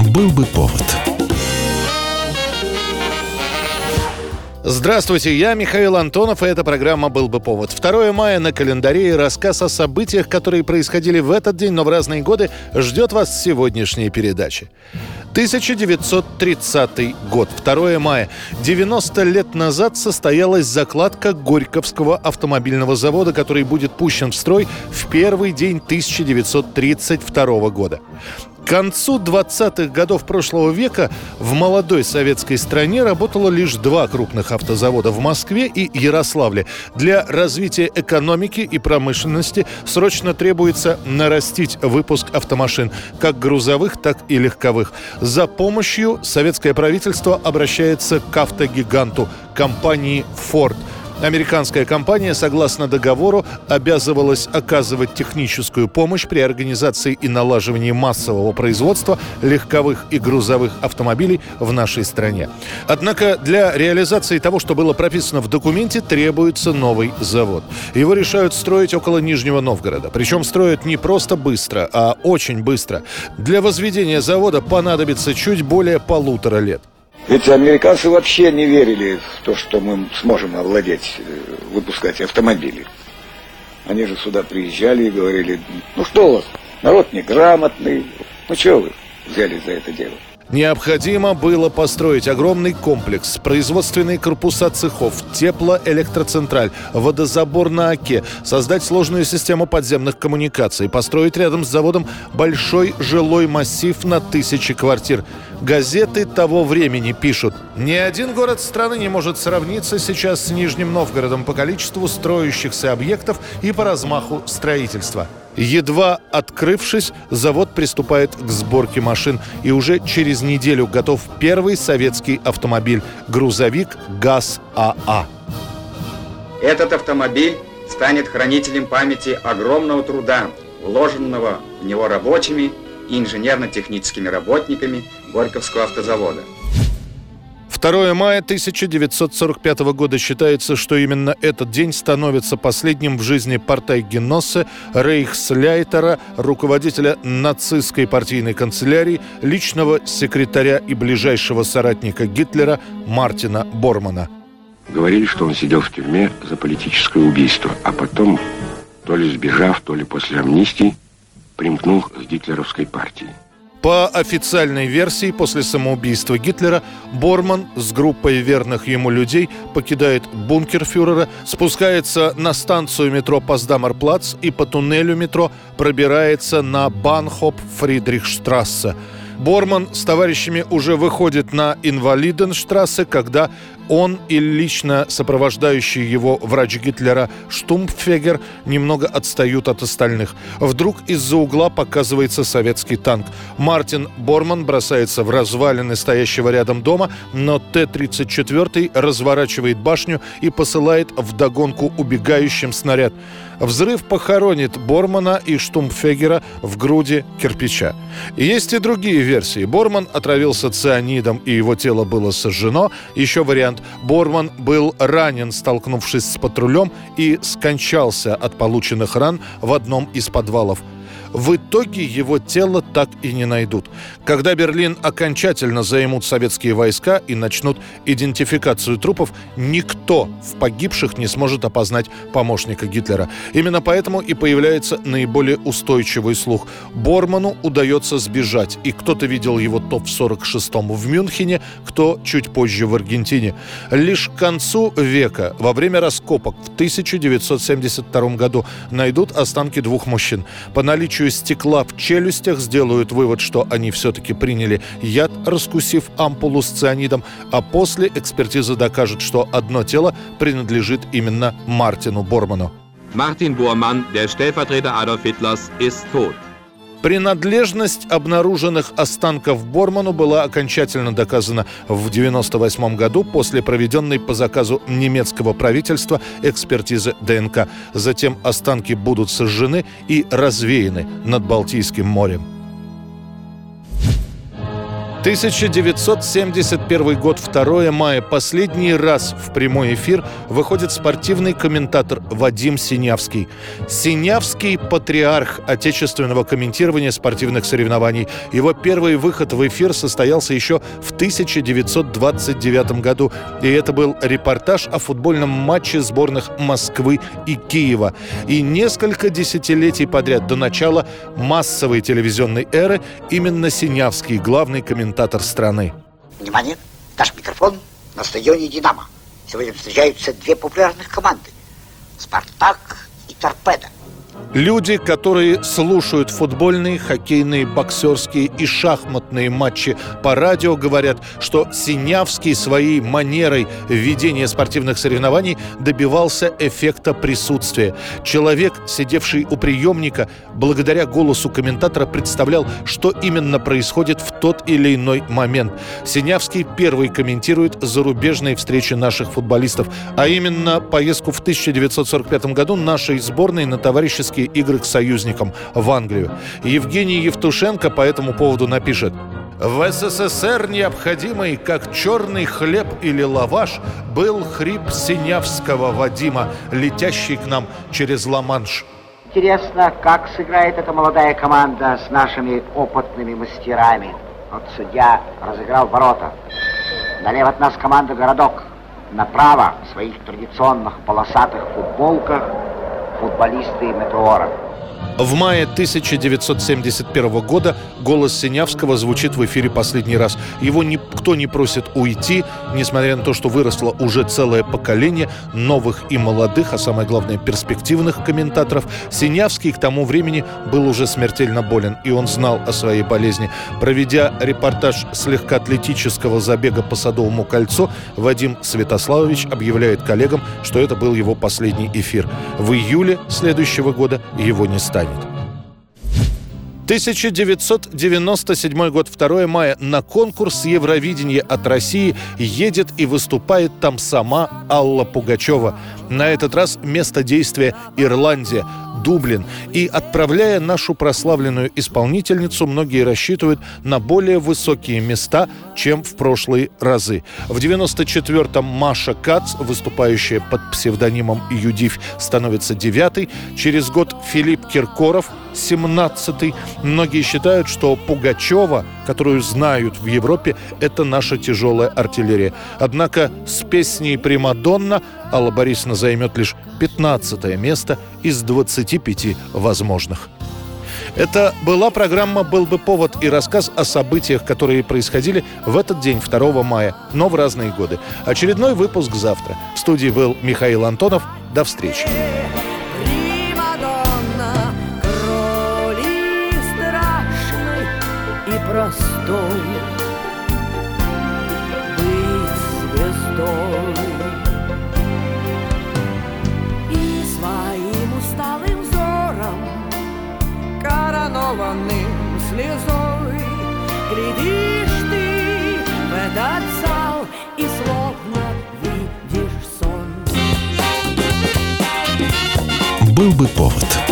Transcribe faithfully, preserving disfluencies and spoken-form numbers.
Был бы повод. Здравствуйте, я Михаил Антонов, и эта программа «Был бы повод». второе мая на календаре, и рассказ о событиях, которые происходили в этот день, но в разные годы, ждет вас в сегодняшней передаче. тысяча девятьсот тридцатый год, второе мая. девяносто лет назад состоялась закладка Горьковского автомобильного завода, который будет пущен в строй в первый день тысяча девятьсот тридцать второго года. К концу двадцатых годов прошлого века в молодой советской стране работало лишь два крупных автозавода в Москве и Ярославле. Для развития экономики и промышленности срочно требуется нарастить выпуск автомашин, как грузовых, так и легковых. За помощью советское правительство обращается к автогиганту компании Ford. Американская компания, согласно договору, обязывалась оказывать техническую помощь при организации и налаживании массового производства легковых и грузовых автомобилей в нашей стране. Однако для реализации того, что было прописано в документе, требуется новый завод. Его решают строить около Нижнего Новгорода. Причем строят не просто быстро, а очень быстро. Для возведения завода понадобится чуть более полутора лет. Ведь американцы вообще не верили в то, что мы сможем овладеть, выпускать автомобили. Они же сюда приезжали и говорили: ну что у вас, народ неграмотный, ну что вы взяли за это дело? Необходимо было построить огромный комплекс, производственные корпуса цехов, теплоэлектроцентраль, водозабор на Оке, создать сложную систему подземных коммуникаций, построить рядом с заводом большой жилой массив на тысячи квартир. Газеты того времени пишут: ни один город страны не может сравниться сейчас с Нижним Новгородом по количеству строящихся объектов и по размаху строительства. Едва открывшись, завод приступает к сборке машин, и уже через неделю готов первый советский автомобиль – грузовик ГАЗ-АА. Этот автомобиль станет хранителем памяти огромного труда, вложенного в него рабочими и инженерно-техническими работниками Горьковского автозавода. второе мая тысяча девятьсот сорок пятого года считается, что именно этот день становится последним в жизни партайгеносса, рейхсляйтера, руководителя нацистской партийной канцелярии, личного секретаря и ближайшего соратника Гитлера Мартина Бормана. Говорили, что он сидел в тюрьме за политическое убийство, а потом, то ли сбежав, то ли после амнистии, примкнул к гитлеровской партии. По официальной версии, после самоубийства Гитлера Борман с группой верных ему людей покидает бункер фюрера, спускается на станцию метро Поздамар-Плац и по туннелю метро пробирается на Банхоф-Фридрихштрассе. Борман с товарищами уже выходит на Инвалиденштрассе, когда он и лично сопровождающий его врач Гитлера Штумпфегер немного отстают от остальных. Вдруг из-за угла показывается советский танк. Мартин Борман бросается в развалины стоящего рядом дома, но Т тридцать четыре разворачивает башню и посылает вдогонку убегающим снаряд. Взрыв похоронит Бормана и Штумпфегера в груди кирпича. Есть и другие версии. Борман отравился цианидом, и его тело было сожжено. Еще вариант: Борман был ранен, столкнувшись с патрулем, и скончался от полученных ран в одном из подвалов. В итоге его тело так и не найдут. Когда Берлин окончательно займут советские войска и начнут идентификацию трупов, никто в погибших не сможет опознать помощника Гитлера. Именно поэтому и появляется наиболее устойчивый слух. Борману удается сбежать, и кто-то видел его то в сорок шестом в Мюнхене, кто чуть позже в Аргентине. Лишь к концу века, во время раскопок в тысяча девятьсот семьдесят втором году, найдут останки двух мужчин. По наличию стекла в челюстях сделают вывод, что они все-таки приняли яд, раскусив ампулу с цианидом, а после экспертиза докажет, что одно тело принадлежит именно Мартину Борману. Martin Bormann, der Stellvertreter Adolf Hitlers, ist tot. Принадлежность обнаруженных останков Борману была окончательно доказана в девяносто восьмом году после проведенной по заказу немецкого правительства экспертизы ДНК. Затем останки будут сожжены и развеяны над Балтийским морем. тысяча девятьсот семьдесят первый год, второе мая. Последний раз в прямой эфир выходит спортивный комментатор Вадим Синявский. Синявский – патриарх отечественного комментирования спортивных соревнований. Его первый выход в эфир состоялся еще в тысяча девятьсот двадцать девятом году. И это был репортаж о футбольном матче сборных Москвы и Киева. И несколько десятилетий подряд до начала массовой телевизионной эры именно Синявский – главный комментатор страны. Внимание! Наш микрофон на стадионе «Динамо». Сегодня встречаются две популярных команды – «Спартак» и «Торпедо». Люди, которые слушают футбольные, хоккейные, боксерские и шахматные матчи по радио, говорят, что Синявский своей манерой ведения спортивных соревнований добивался эффекта присутствия. Человек, сидевший у приемника, благодаря голосу комментатора представлял, что именно происходит в тот или иной момент. Синявский первый комментирует зарубежные встречи наших футболистов, а именно поездку в тысяча девятьсот сорок пятом году нашей сборной на товарищеские игры к союзникам в Англию. Евгений Евтушенко по этому поводу напишет: «В СССР необходимый, как черный хлеб или лаваш, был хрип Синявского Вадима, летящий к нам через Ла-Манш». Интересно, как сыграет эта молодая команда с нашими опытными мастерами. Вот судья разыграл ворота. Налево от нас команда «Городок». Направо в своих традиционных полосатых футболках футболисты «Метеора». В мае тысяча девятьсот семьдесят первого года голос Синявского звучит в эфире последний раз. Его никто не просит уйти, несмотря на то, что выросло уже целое поколение новых и молодых, а самое главное, перспективных комментаторов. Синявский к тому времени был уже смертельно болен, и он знал о своей болезни. Проведя репортаж с легкоатлетического забега по Садовому кольцу, Вадим Святославович объявляет коллегам, что это был его последний эфир. В июле следующего года его не станет. тысяча девятьсот девяносто седьмой год, второе мая. На конкурс Евровидения от России едет и выступает там сама Алла Пугачева. На этот раз место действия – Ирландия, Дублин. И, отправляя нашу прославленную исполнительницу, многие рассчитывают на более высокие места, чем в прошлые разы. В девяносто четвёртом Маша Кац, выступающая под псевдонимом Юдивь, становится девятой. Через год Филипп Киркоров, семнадцатый. Многие считают, что Пугачева, которую знают в Европе, это наша тяжелая артиллерия. Однако с песней «Примадонна» Алла Борисовна займет лишь пятнадцатое место из двадцати пяти возможных. Это была программа «Был бы повод» и рассказ о событиях, которые происходили в этот день, второго мая, но в разные годы. Очередной выпуск завтра. В студии был Михаил Антонов. До встречи. Простой быть звездой и своим усталым взором, коронованным слезой, глядишь ты в этот зал и словно видишь сон. Был бы повод.